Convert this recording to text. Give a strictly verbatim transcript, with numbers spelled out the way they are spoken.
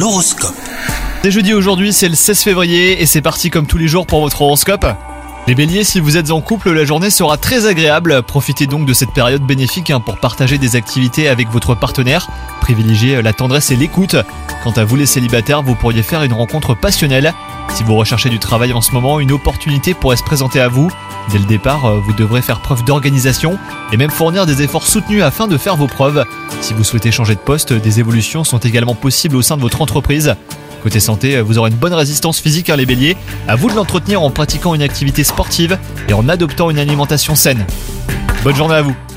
L'horoscope. C'est jeudi aujourd'hui, c'est le seize février et c'est parti comme tous les jours pour votre horoscope. Les béliers, si vous êtes en couple, la journée sera très agréable. Profitez donc de cette période bénéfique hein, pour partager des activités avec votre partenaire. Privilégiez la tendresse et l'écoute. Quant à vous les célibataires, vous pourriez faire une rencontre passionnelle. Si vous recherchez du travail en ce moment, une opportunité pourrait se présenter à vous. Dès le départ, vous devrez faire preuve d'organisation et même fournir des efforts soutenus afin de faire vos preuves. Si vous souhaitez changer de poste, des évolutions sont également possibles au sein de votre entreprise. Côté santé, vous aurez une bonne résistance physique, hein, les béliers. À vous de l'entretenir en pratiquant une activité sportive et en adoptant une alimentation saine. Bonne journée à vous.